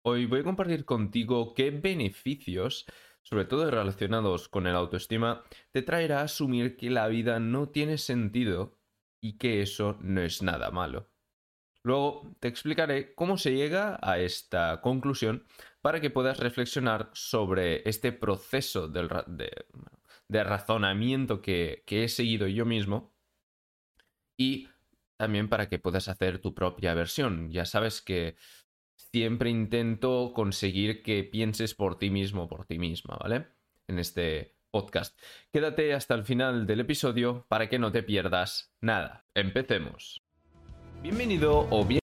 Hoy voy a compartir contigo qué beneficios, sobre todo relacionados con el autoestima, te traerá a asumir que la vida no tiene sentido y que eso no es nada malo. Luego te explicaré cómo se llega a esta conclusión para que puedas reflexionar sobre este proceso de razonamiento que he seguido yo mismo y también para que puedas hacer tu propia versión. Ya sabes que siempre intento conseguir que pienses por ti mismo, por ti misma, ¿vale? En este podcast. Quédate hasta el final del episodio para que no te pierdas nada. Empecemos. Bienvenido o bien.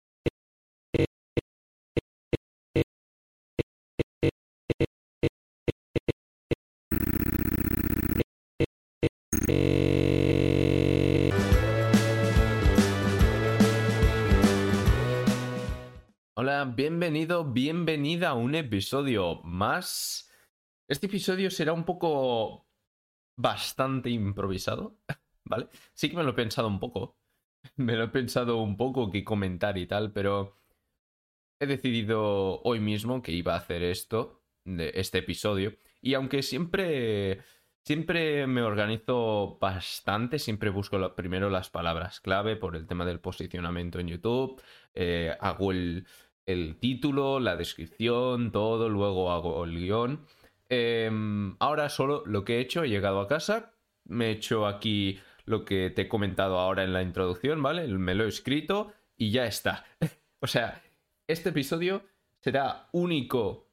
Hola, bienvenido, bienvenida a un episodio más. Este episodio será un poco bastante improvisado, ¿vale? Sí que me lo he pensado un poco. Me lo he pensado un poco qué comentar y tal, pero he decidido hoy mismo que iba a hacer esto, de este episodio. Y aunque siempre me organizo bastante, siempre busco primero las palabras clave por el tema del posicionamiento en YouTube. Hago el título, la descripción, todo, luego hago el guión. Ahora solo lo que he hecho, he llegado a casa, me he hecho aquí lo que te he comentado ahora en la introducción, ¿vale? Me lo he escrito y ya está. O sea, este episodio será único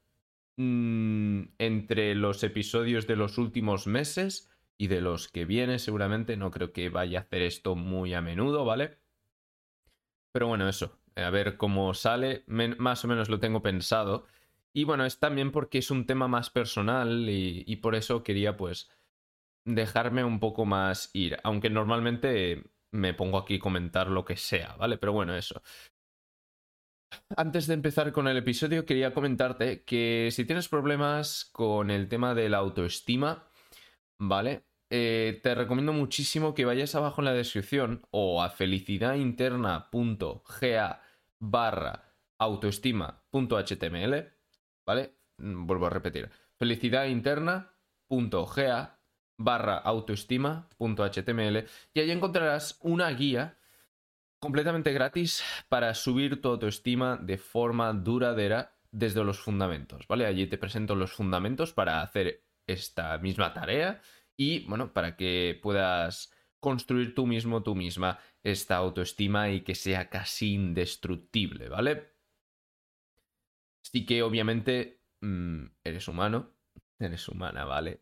entre los episodios de los últimos meses y de los que viene seguramente. No creo que vaya a hacer esto muy a menudo, ¿vale? Pero bueno, eso. A ver cómo sale. Más o menos lo tengo pensado. Y bueno, es también porque es un tema más personal y por eso quería pues dejarme un poco más ir. Aunque normalmente me pongo aquí a comentar lo que sea, ¿vale? Pero bueno, eso. Antes de empezar con el episodio, quería comentarte que si tienes problemas con el tema de la autoestima, ¿vale? Te recomiendo muchísimo que vayas abajo en la descripción o a felicidadinterna.ga barra autoestima.html, ¿vale? Vuelvo a repetir. Felicidadinterna.ga barra autoestima.html y ahí encontrarás una guía completamente gratis para subir tu autoestima de forma duradera desde los fundamentos, ¿vale? Allí te presento los fundamentos para hacer esta misma tarea y, bueno, para que puedas construir tú mismo, tú misma, esta autoestima y que sea casi indestructible, ¿vale? Así que, obviamente, eres humano, eres humana, ¿vale?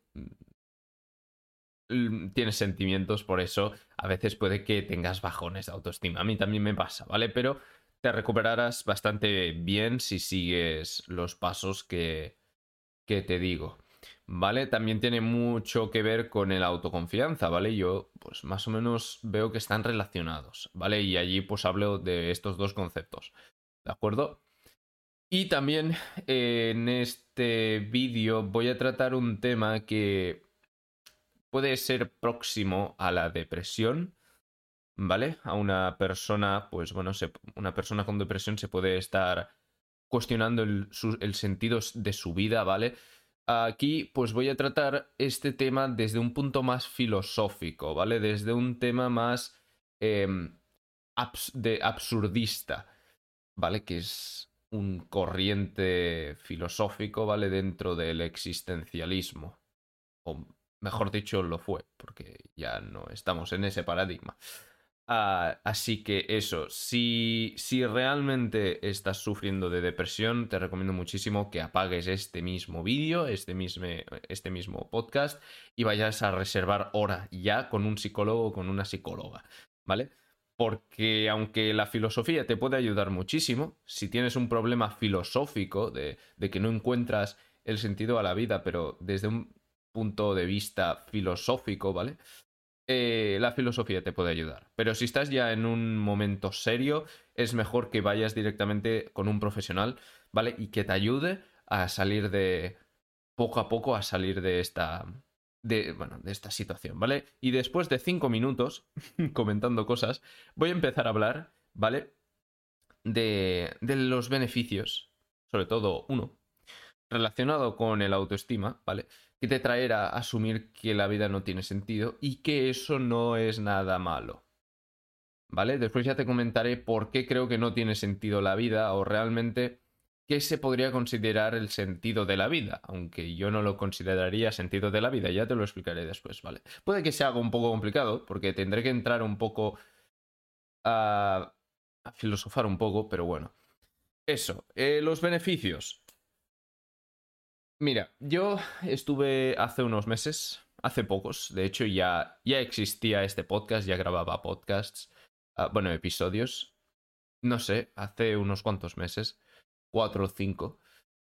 Tienes sentimientos, por eso a veces puede que tengas bajones de autoestima. A mí también me pasa, ¿vale? Pero te recuperarás bastante bien si sigues los pasos que te digo, ¿vale? También tiene mucho que ver con el autoconfianza, ¿vale? Yo, pues más o menos veo que están relacionados, ¿vale? Y allí pues hablo de estos dos conceptos, ¿de acuerdo? Y también en este vídeo voy a tratar un tema que puede ser próximo a la depresión, ¿vale? A una persona, pues bueno, una persona con depresión se puede estar cuestionando el sentido de su vida, ¿vale? Aquí, pues voy a tratar este tema desde un punto más filosófico, ¿vale? Desde un tema más de absurdista, ¿vale? Que es un corriente filosófico, ¿vale? Dentro del existencialismo o mejor dicho, lo fue, porque ya no estamos en ese paradigma. Así que eso, si realmente estás sufriendo de depresión, te recomiendo muchísimo que apagues este mismo vídeo, este mismo podcast y vayas a reservar hora ya con un psicólogo o con una psicóloga, ¿vale? Porque aunque la filosofía te puede ayudar muchísimo, si tienes un problema filosófico de que no encuentras el sentido a la vida, pero desde un punto de vista filosófico, ¿vale? La filosofía te puede ayudar. Pero si estás ya en un momento serio, es mejor que vayas directamente con un profesional, ¿vale? Y que te ayude a salir de, poco a poco, a salir de bueno, de esta situación, ¿vale? Y después de 5 minutos comentando cosas, voy a empezar a hablar, ¿vale? De los beneficios. sobre todo uno, relacionado con el autoestima, ¿vale? Que te traerá a asumir que la vida no tiene sentido y que eso no es nada malo, ¿vale? Después ya te comentaré por qué creo que no tiene sentido la vida o realmente qué se podría considerar el sentido de la vida, aunque yo no lo consideraría sentido de la vida, ya te lo explicaré después, ¿vale? Puede que sea algo un poco complicado porque tendré que entrar un poco a filosofar un poco, pero bueno. Eso, los beneficios. Mira, yo estuve hace unos meses, hace pocos, de hecho ya existía este podcast, ya grababa podcasts, bueno, episodios, no sé, hace unos cuantos meses, 4 o 5.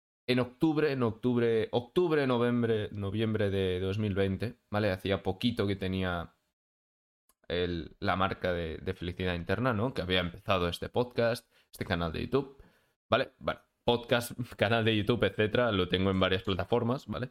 Octubre, noviembre de 2020, ¿vale? Hacía poquito que tenía la marca de felicidad interna, ¿no? Que había empezado este podcast, este canal de YouTube, ¿vale? Bueno, podcast, canal de YouTube, etcétera, lo tengo en varias plataformas, ¿vale?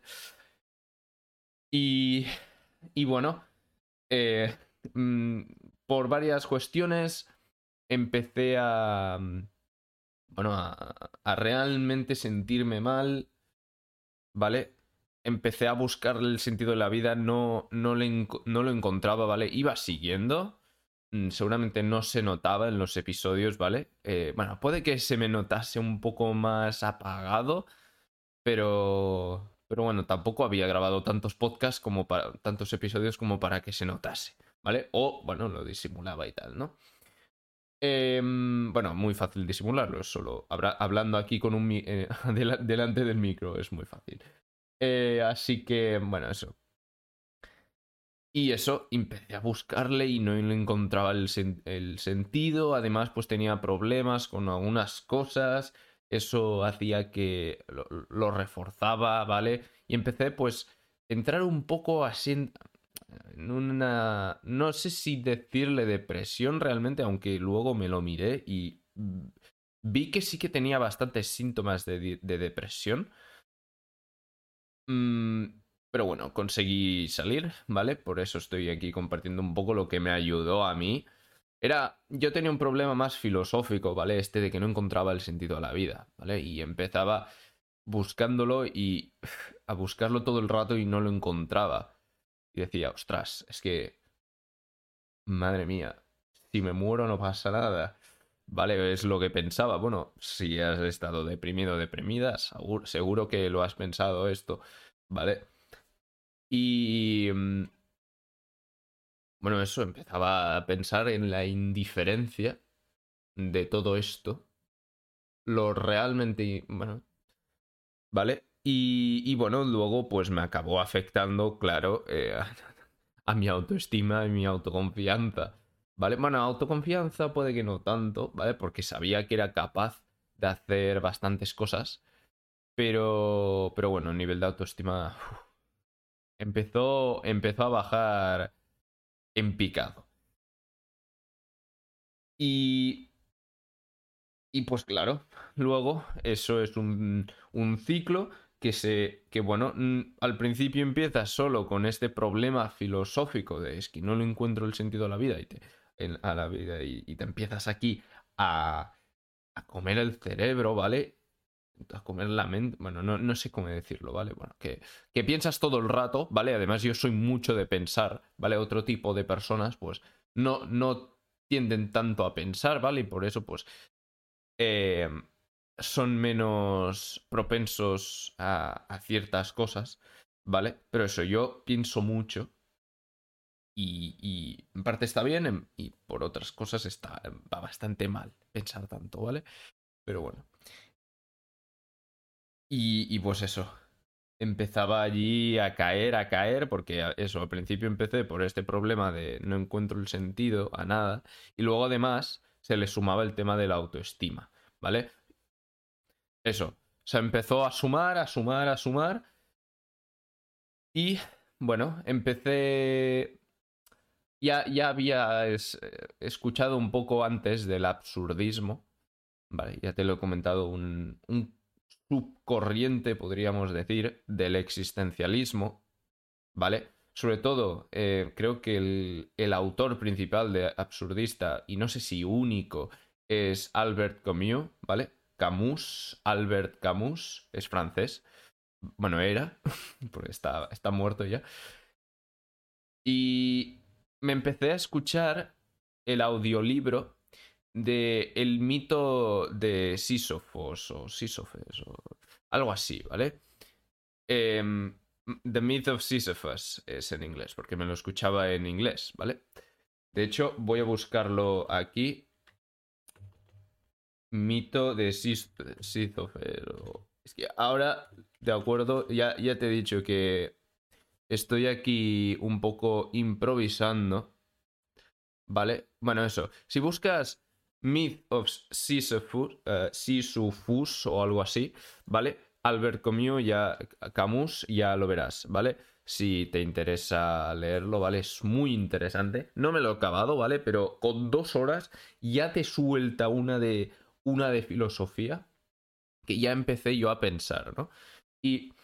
Y, y bueno, eh, mm, por varias cuestiones empecé bueno, a realmente sentirme mal, ¿vale? Empecé a buscar el sentido de la vida, no lo encontraba, ¿vale? Iba siguiendo, seguramente no se notaba en los episodios, ¿vale? Bueno, puede que se me notase un poco más apagado, pero bueno, tampoco había grabado tantos podcasts como para tantos episodios como para que se notase, ¿vale? O, bueno, lo disimulaba y tal, ¿no? Bueno, muy fácil disimularlo, es solo hablando aquí con delante del micro, es muy fácil. Así que, bueno, eso. Y eso, empecé a buscarle y no le encontraba el sentido. Además, pues tenía problemas con algunas cosas. Eso hacía que lo reforzaba, ¿vale? Y empecé, pues, a entrar un poco así en una... No sé si decirle depresión realmente, aunque luego me lo miré y vi que sí que tenía bastantes síntomas de depresión. Mm, pero bueno, conseguí salir, ¿vale? Por eso estoy aquí compartiendo un poco lo que me ayudó a mí. Yo tenía un problema más filosófico, ¿vale? Este de que no encontraba el sentido a la vida, ¿vale? Y empezaba buscándolo y a buscarlo todo el rato y no lo encontraba. Y decía, ostras, es que, madre mía, si me muero no pasa nada. Vale, es lo que pensaba. Bueno, si has estado deprimido o deprimida, seguro que lo has pensado esto, ¿vale? Y bueno, eso, empezaba a pensar en la indiferencia de todo esto, lo realmente, bueno, ¿vale? Y bueno, luego pues me acabó afectando, claro, a mi autoestima y mi autoconfianza, ¿vale? Bueno, autoconfianza puede que no tanto, ¿vale? Porque sabía que era capaz de hacer bastantes cosas, pero bueno, el nivel de autoestima empezó a bajar en picado. Y Y pues claro, luego eso es un ciclo que bueno, al principio empiezas solo con este problema filosófico de es que no le encuentro el sentido a la vida a la vida y te empiezas aquí a, a comer el cerebro, ¿vale? A comer la mente, bueno, no sé cómo decirlo, ¿vale? Bueno, que piensas todo el rato, ¿vale? Además yo soy mucho de pensar, ¿vale? Otro tipo de personas, pues, no tienden tanto a pensar, ¿vale? Y por eso, pues, eh, son menos propensos a ciertas cosas, ¿vale? Pero eso, yo pienso mucho y en parte está bien y por otras cosas va bastante mal pensar tanto, ¿vale? Pero bueno. Y pues eso, empezaba allí a caer, porque eso, al principio empecé por este problema de no encuentro el sentido a nada, y luego además se le sumaba el tema de la autoestima, ¿vale? Eso, o sea, empezó a sumar, a sumar, a sumar. Y bueno, empecé. Ya había escuchado un poco antes del absurdismo. Vale, ya te lo he comentado, un subcorriente, podríamos decir, del existencialismo. ¿Vale? Sobre todo, creo que el autor principal de Absurdista, y no sé si único, es Albert Camus, ¿vale? Camus, Albert Camus, es francés. Bueno, era, porque está muerto ya. Y me empecé a escuchar el audiolibro de El mito de Sísofos o Sísofes o algo así, ¿vale? Em, The Myth of Sisyphus es en inglés, porque me lo escuchaba en inglés, ¿vale? De hecho, voy a buscarlo aquí. Mito de Sísifos. Es que ahora, de acuerdo, ya te he dicho que estoy aquí un poco improvisando, ¿vale? Bueno, eso. Si buscas Myth of Sisyphus, Sisyphus o algo así, ¿vale? Albert Camus ya lo verás, ¿vale? Si te interesa leerlo, ¿vale? Es muy interesante. No me lo he acabado, ¿vale? Pero con 2 horas ya te suelta una de filosofía que ya empecé yo a pensar, ¿no? Y,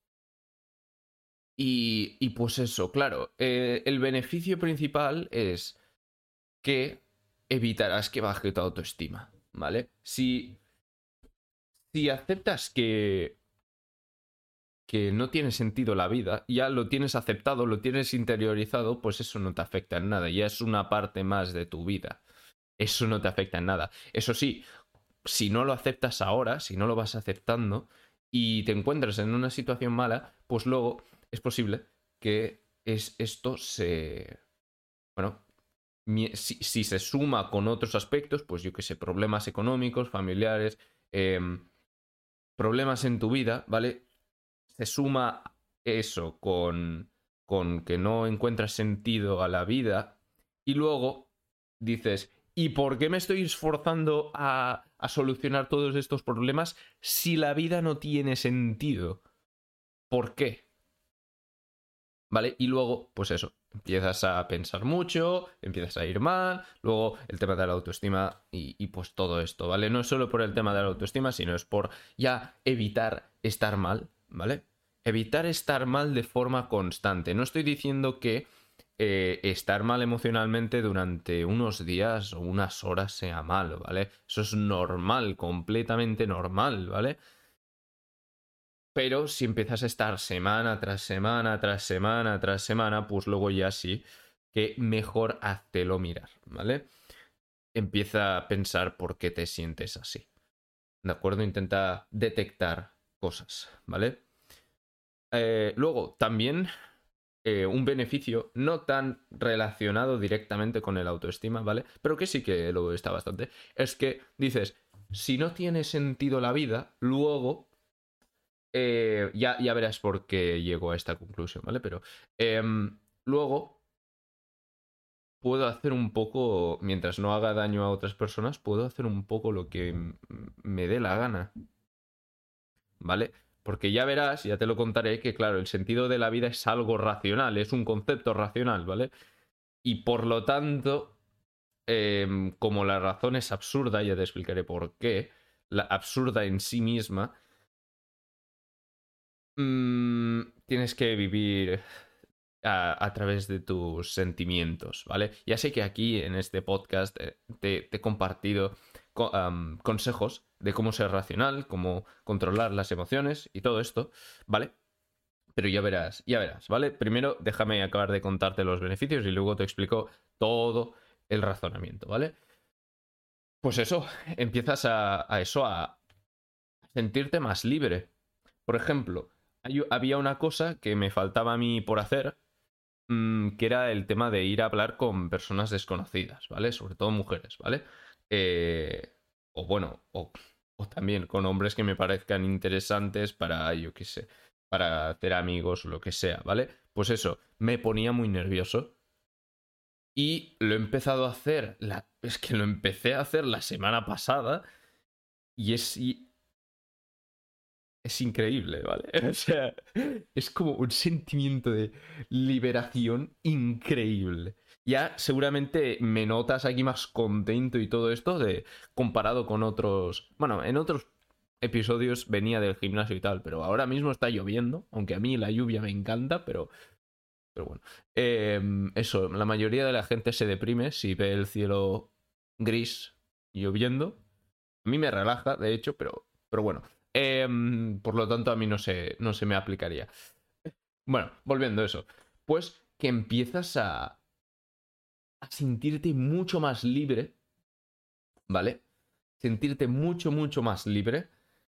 y pues eso, claro, el beneficio principal es que evitarás que baje tu autoestima, ¿vale? Si aceptas que no tiene sentido la vida, ya lo tienes aceptado, lo tienes interiorizado, pues eso no te afecta en nada, ya es una parte más de tu vida. Eso no te afecta en nada. Eso sí, si no lo aceptas ahora, si no lo vas aceptando y te encuentras en una situación mala, pues luego es posible que esto se... Bueno, si se suma con otros aspectos, pues yo qué sé, problemas económicos, familiares, problemas en tu vida, ¿vale? Se suma eso con que no encuentras sentido a la vida y luego dices, ¿y por qué me estoy esforzando a solucionar todos estos problemas si la vida no tiene sentido? ¿Por qué? ¿Vale? Y luego, pues eso, empiezas a pensar mucho, empiezas a ir mal, luego el tema de la autoestima y pues todo esto, ¿vale? No es solo por el tema de la autoestima, sino es por ya evitar estar mal, ¿vale? Evitar estar mal de forma constante. No estoy diciendo que estar mal emocionalmente durante unos días o unas horas sea malo, ¿vale? Eso es normal, completamente normal, ¿vale? Pero si empiezas a estar semana tras semana, tras semana, tras semana, pues luego ya sí que mejor háztelo mirar, ¿vale? Empieza a pensar por qué te sientes así. ¿De acuerdo? Intenta detectar cosas, ¿vale? Luego, también un beneficio no tan relacionado directamente con el autoestima, ¿vale? Pero que sí que lo está bastante. Es que dices, si no tiene sentido la vida, luego ya verás por qué llego a esta conclusión, ¿vale? Pero luego puedo hacer un poco, mientras no haga daño a otras personas, puedo hacer un poco lo que me dé la gana, ¿vale? Porque ya verás, ya te lo contaré, que claro, el sentido de la vida es algo racional, es un concepto racional, ¿vale? Y por lo tanto, como la razón es absurda, ya te explicaré por qué, la absurda en sí misma, tienes que vivir a través de tus sentimientos, ¿vale? Ya sé que aquí en este podcast te he compartido consejos de cómo ser racional, cómo controlar las emociones y todo esto, ¿vale? Pero ya verás, ¿vale? Primero déjame acabar de contarte los beneficios y luego te explico todo el razonamiento, ¿vale? Pues eso, empiezas a eso, a sentirte más libre. Por ejemplo, había una cosa que me faltaba a mí por hacer, que era el tema de ir a hablar con personas desconocidas, ¿vale? Sobre todo mujeres, ¿vale? Eh, o bueno, o también con hombres que me parezcan interesantes para, yo qué sé, para hacer amigos o lo que sea, ¿vale? Pues eso, me ponía muy nervioso. Y lo he empezado a hacer, es que lo empecé a hacer la semana pasada y es increíble, ¿vale? O sea, es como un sentimiento de liberación increíble. Ya seguramente me notas aquí más contento y todo esto de comparado con otros. Bueno, en otros episodios venía del gimnasio y tal, pero ahora mismo está lloviendo, aunque a mí la lluvia me encanta, pero bueno. Eso, la mayoría de la gente se deprime si ve el cielo gris lloviendo. A mí me relaja, de hecho, pero bueno. Por lo tanto, a mí no se me aplicaría. Bueno, volviendo a eso. Pues que empiezas a sentirte mucho más libre, ¿vale? Sentirte mucho, mucho más libre.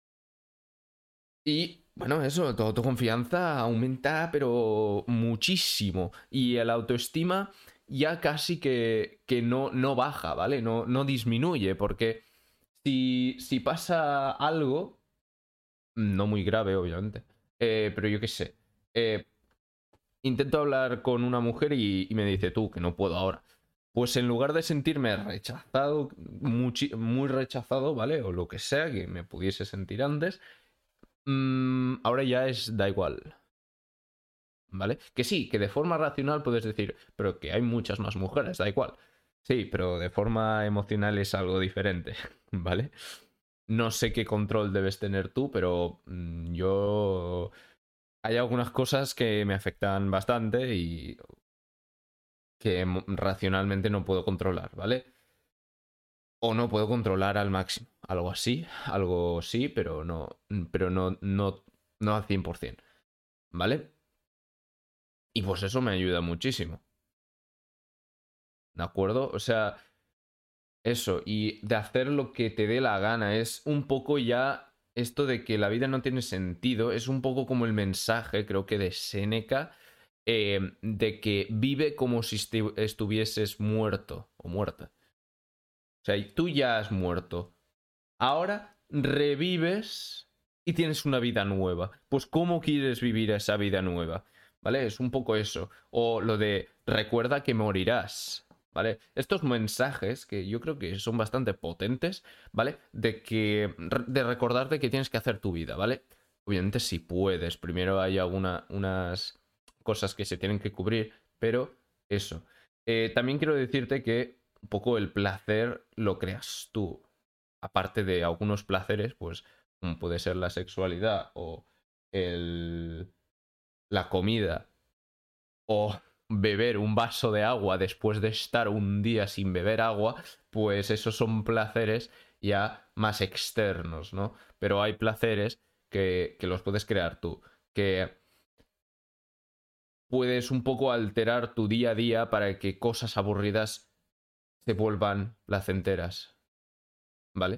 Y bueno, eso, toda tu confianza aumenta, pero muchísimo. Y el autoestima ya casi que no baja, ¿vale? No disminuye, porque si pasa algo, no muy grave, obviamente, pero yo qué sé, eh, intento hablar con una mujer y me dice tú que no puedo ahora. Pues en lugar de sentirme rechazado, muy rechazado, ¿vale? O lo que sea que me pudiese sentir antes, ahora ya da igual, ¿vale? Que sí, que de forma racional puedes decir, pero que hay muchas más mujeres, da igual. Sí, pero de forma emocional es algo diferente, ¿vale? No sé qué control debes tener tú, pero yo... Hay algunas cosas que me afectan bastante y que racionalmente no puedo controlar, ¿vale? O no puedo controlar al máximo. Algo sí, pero no al 100%, ¿vale? Y pues eso me ayuda muchísimo, ¿de acuerdo? O sea, eso, y de hacer lo que te dé la gana, es un poco ya esto de que la vida no tiene sentido, es un poco como el mensaje, creo que de Séneca, de que vive como si estuvieses muerto o muerta. O sea, tú ya has muerto. Ahora revives y tienes una vida nueva. Pues ¿cómo quieres vivir esa vida nueva? ¿Vale? Es un poco eso. O lo de recuerda que morirás. ¿Vale? Estos mensajes que yo creo que son bastante potentes, ¿vale? De recordarte que tienes que hacer tu vida, ¿vale? Obviamente si puedes. Primero hay unas cosas que se tienen que cubrir, pero eso. También quiero decirte que un poco el placer lo creas tú, aparte de algunos placeres, pues como puede ser la sexualidad o el, la comida o beber un vaso de agua después de estar un día sin beber agua, pues esos son placeres ya más externos, ¿no? Pero hay placeres que los puedes crear tú, que puedes un poco alterar tu día a día para que cosas aburridas se vuelvan placenteras, ¿vale?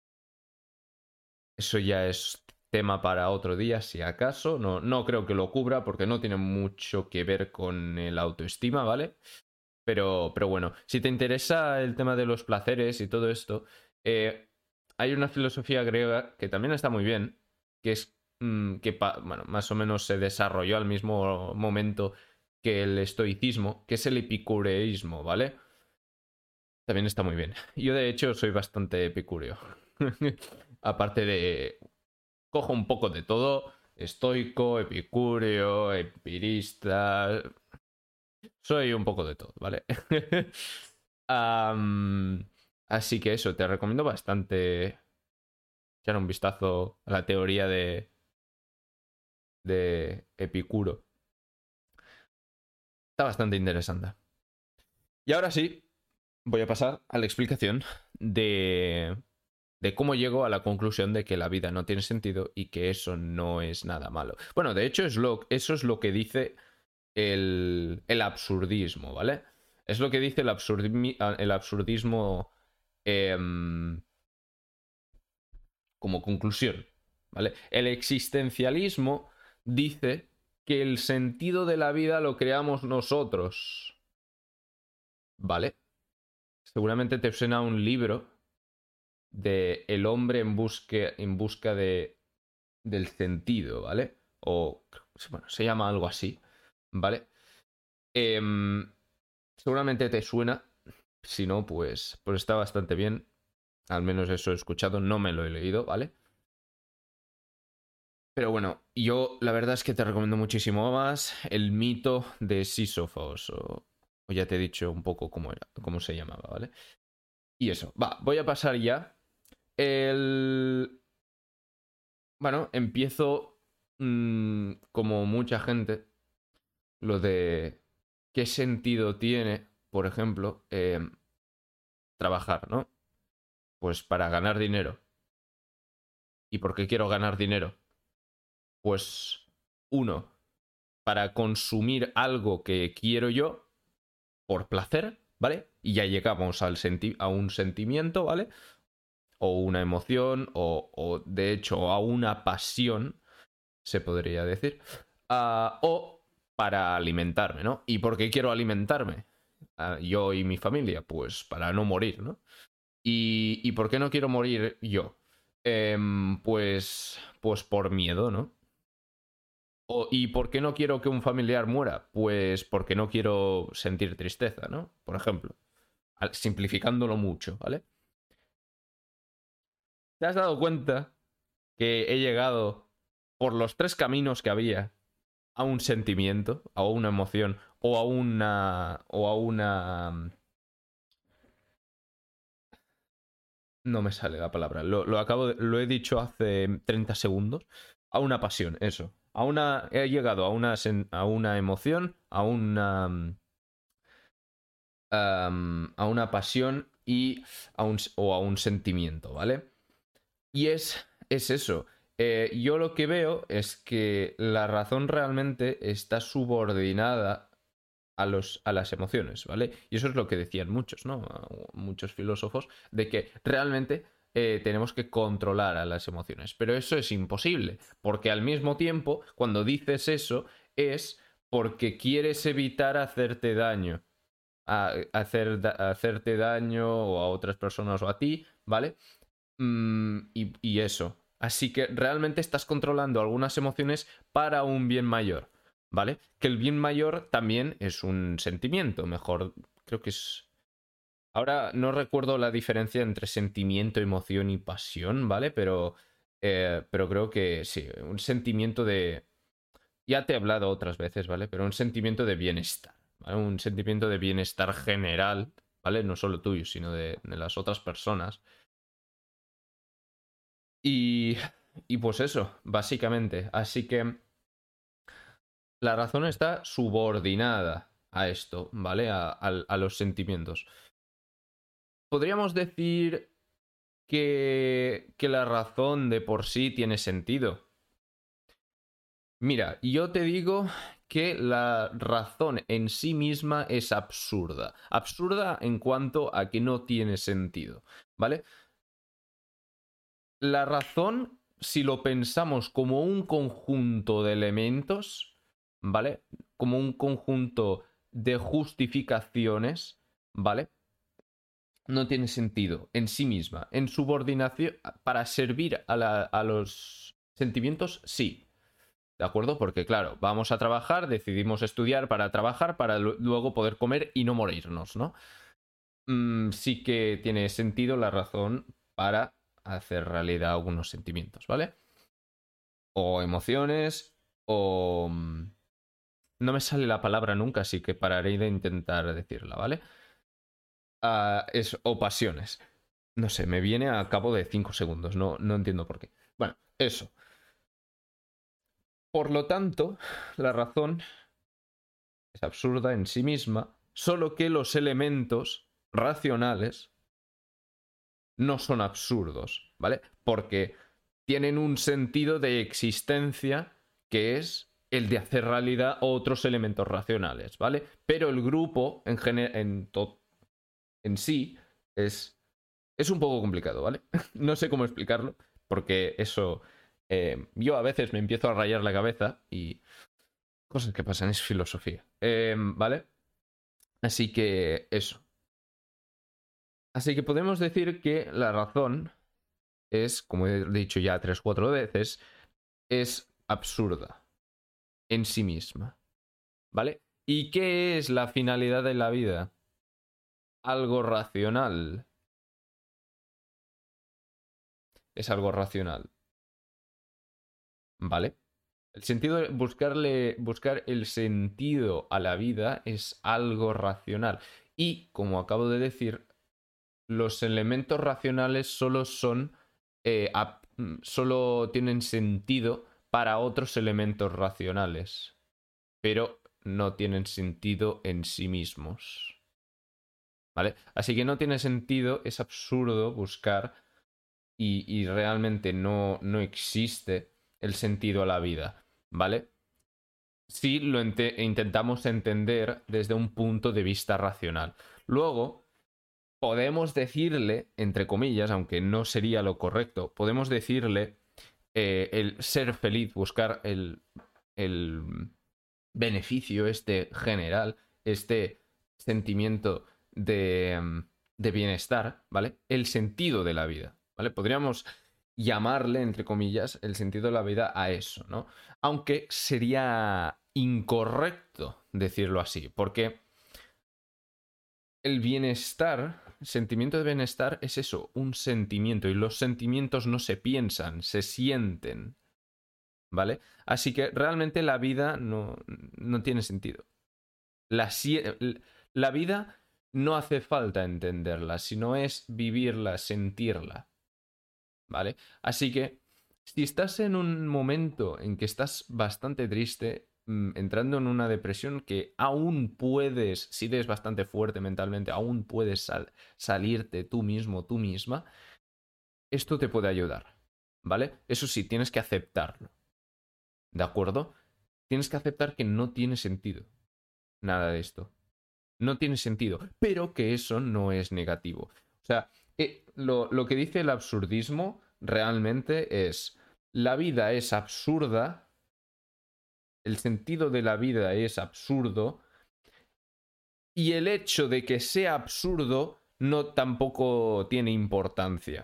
Eso ya es tema para otro día, si acaso. No creo que lo cubra porque no tiene mucho que ver con el autoestima, ¿vale? Pero bueno, si te interesa el tema de los placeres y todo esto, eh, hay una filosofía griega que también está muy bien, que es bueno, más o menos se desarrolló al mismo momento que el estoicismo, que es el epicureísmo, ¿vale? También está muy bien. Yo de hecho soy bastante epicúreo. Aparte de cojo un poco de todo, estoico, epicúreo, empirista, soy un poco de todo, ¿vale? Am, Así que eso, te recomiendo bastante echar un vistazo a la teoría de Epicuro. Está bastante interesante. Y ahora sí, voy a pasar a la explicación de cómo llego a la conclusión de que la vida no tiene sentido y que eso no es nada malo. Bueno, de hecho, eso es lo que dice el absurdismo, ¿vale? Es lo que dice el absurdismo em, como conclusión, ¿vale? El existencialismo dice que el sentido de la vida lo creamos nosotros, ¿vale? Seguramente te suena un libro de El hombre en busca del sentido, ¿vale? O, bueno, se llama algo así, ¿vale? Em, Seguramente te suena. Si no, pues está bastante bien. Al menos eso he escuchado, no me lo he leído, ¿vale? Pero bueno, yo la verdad es que te recomiendo muchísimo más el mito de Sísifos, o ya te he dicho un poco cómo era, cómo se llamaba, ¿vale? Y eso, va, voy a pasar ya. El... Bueno, empiezo como mucha gente, lo de qué sentido tiene, por ejemplo, trabajar, ¿no? Pues para ganar dinero. ¿Y por qué quiero ganar dinero? Pues uno, para consumir algo que quiero yo por placer, ¿vale? Y ya llegamos a un sentimiento, ¿vale? O una emoción, o de hecho a una pasión, se podría decir. O para alimentarme, ¿no? ¿Y por qué quiero alimentarme? Yo y mi familia, pues para no morir, ¿no? ¿Y por qué no quiero morir yo? Pues por miedo, ¿no? ¿Y por qué no quiero que un familiar muera? Pues porque no quiero sentir tristeza, ¿no? Por ejemplo, simplificándolo mucho, ¿vale? ¿Te has dado cuenta que he llegado por los tres caminos que había a un sentimiento, a una emoción o a una. No me sale la palabra. Lo he dicho hace 30 segundos. A una pasión, eso. He llegado a una emoción, a una pasión y o a un sentimiento, ¿vale? Y es eso. Yo lo que veo es que la razón realmente está subordinada a las emociones, ¿vale? Y eso es lo que decían muchos, ¿no? Muchos filósofos, de que realmente tenemos que controlar a las emociones. Pero eso es imposible, porque al mismo tiempo, cuando dices eso, es porque quieres evitar hacerte daño. Hacerte daño o a otras personas o a ti, ¿vale? Y eso. Así que realmente estás controlando algunas emociones para un bien mayor, ¿vale? Que el bien mayor también es un sentimiento, mejor, creo que es. Ahora no recuerdo la diferencia entre sentimiento, emoción y pasión, ¿vale? Pero creo que sí, un sentimiento de. Ya te he hablado otras veces, ¿vale? Pero un sentimiento de bienestar, ¿vale? Un sentimiento de bienestar general, ¿vale? No solo tuyo, sino de las otras personas. Y, y pues eso, básicamente. Así que la razón está subordinada a esto, ¿vale? A los sentimientos. Podríamos decir que la razón de por sí tiene sentido. Mira, yo te digo que la razón en sí misma es absurda. Absurda en cuanto a que no tiene sentido, ¿vale? La razón, si lo pensamos como un conjunto de elementos, ¿vale? Como un conjunto de justificaciones, ¿vale? No tiene sentido en sí misma. En subordinación, para servir a los sentimientos, sí. ¿De acuerdo? Porque claro, vamos a trabajar, decidimos estudiar para trabajar, para luego poder comer y no morirnos, ¿no? Sí que tiene sentido la razón para hacer realidad algunos sentimientos, ¿vale? O emociones, o. No me sale la palabra nunca, así que pararé de intentar decirla, ¿vale? O pasiones. No sé, me viene a cabo de 5 segundos, no entiendo por qué. Bueno, eso. Por lo tanto, la razón es absurda en sí misma, solo que los elementos racionales no son absurdos, ¿vale? Porque tienen un sentido de existencia que es el de hacer realidad otros elementos racionales, ¿vale? Pero el grupo en sí es un poco complicado, ¿vale? No sé cómo explicarlo, porque eso. Yo a veces me empiezo a rayar la cabeza y cosas que pasan, es filosofía, ¿vale? Así que eso. Así que podemos decir que la razón es, como he dicho ya 3 o 4 veces, es absurda en sí misma, ¿vale? ¿Y qué es la finalidad de la vida? Algo racional. Es algo racional, ¿vale? El sentido de buscar el sentido a la vida es algo racional. Y, como acabo de decir, los elementos racionales solo tienen sentido para otros elementos racionales, pero no tienen sentido en sí mismos. ¿vale? Así que no tiene sentido, es absurdo buscar y realmente no existe el sentido a la vida, ¿vale? Si lo intentamos entender desde un punto de vista racional. Luego, podemos decirle, entre comillas, aunque no sería lo correcto, podemos decirle el ser feliz, buscar el beneficio este general, este sentimiento de bienestar, ¿vale? El sentido de la vida, ¿vale? Podríamos llamarle, entre comillas, el sentido de la vida a eso, ¿no? Aunque sería incorrecto decirlo así, porque el bienestar, el sentimiento de bienestar es eso, un sentimiento, y los sentimientos no se piensan, se sienten, ¿vale? Así que realmente la vida no tiene sentido. La vida no hace falta entenderla, sino es vivirla, sentirla, ¿vale? Así que si estás en un momento en que estás bastante triste, entrando en una depresión que aún puedes, si eres bastante fuerte mentalmente, aún puedes salirte tú mismo, tú misma, esto te puede ayudar, ¿vale? Eso sí, tienes que aceptarlo, ¿de acuerdo? Tienes que aceptar que no tiene sentido nada de esto. No tiene sentido, pero que eso no es negativo. O sea, lo que dice el absurdismo realmente es, la vida es absurda, el sentido de la vida es absurdo, y el hecho de que sea absurdo no tampoco tiene importancia.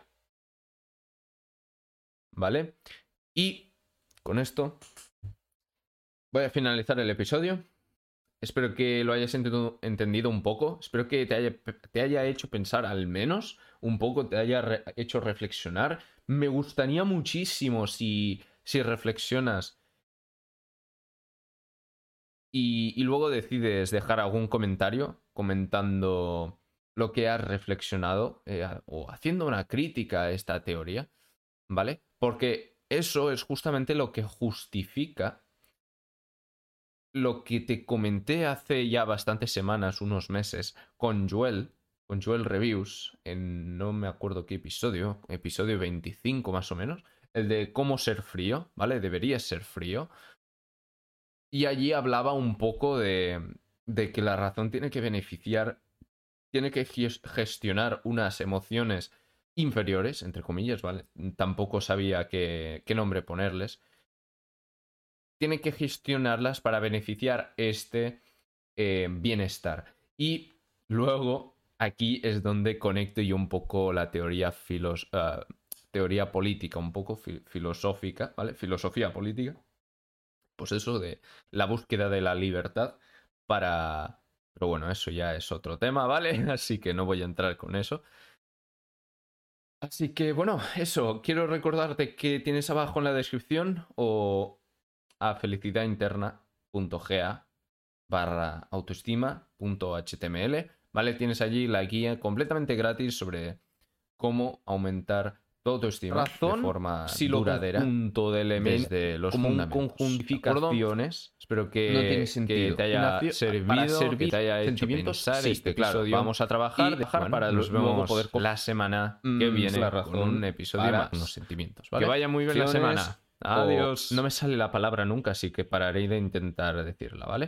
¿Vale? Y con esto voy a finalizar el episodio. Espero que lo hayas entendido un poco. Espero que te haya hecho pensar al menos un poco, te haya hecho reflexionar. Me gustaría muchísimo si reflexionas y luego decides dejar algún comentario comentando lo que has reflexionado o haciendo una crítica a esta teoría, ¿vale? Porque eso es justamente lo que justifica lo que te comenté hace ya bastantes semanas, unos meses, con Joel Reviews, en no me acuerdo qué episodio, episodio 25 más o menos, el de cómo ser frío, ¿vale? Deberías ser frío. Y allí hablaba un poco de que la razón tiene que beneficiar, tiene que gestionar unas emociones inferiores, entre comillas, ¿vale? Tampoco sabía qué nombre ponerles. Tiene que gestionarlas para beneficiar este bienestar. Y luego aquí es donde conecto yo un poco la teoría, teoría política, un poco filosófica, ¿vale? Filosofía política. Pues eso de la búsqueda de la libertad para... Pero bueno, eso ya es otro tema, ¿vale? Así que no voy a entrar con eso. Así que bueno, eso, quiero recordarte que tienes abajo en la descripción o a felicidadinterna.ga/autoestima.html, ¿vale? Tienes allí la guía completamente gratis sobre cómo aumentar tu autoestima de forma duradera, conjunto de elementos desde los como conjuntificaciones. Espero que te haya servido, que te haya hecho pensar este episodio. Vamos a trabajar, para luego poder la semana que viene con un episodio más unos sentimientos, ¿vale? Que vaya muy bien la semana. Adiós. No me sale la palabra nunca, así que pararé de intentar decirla, ¿vale?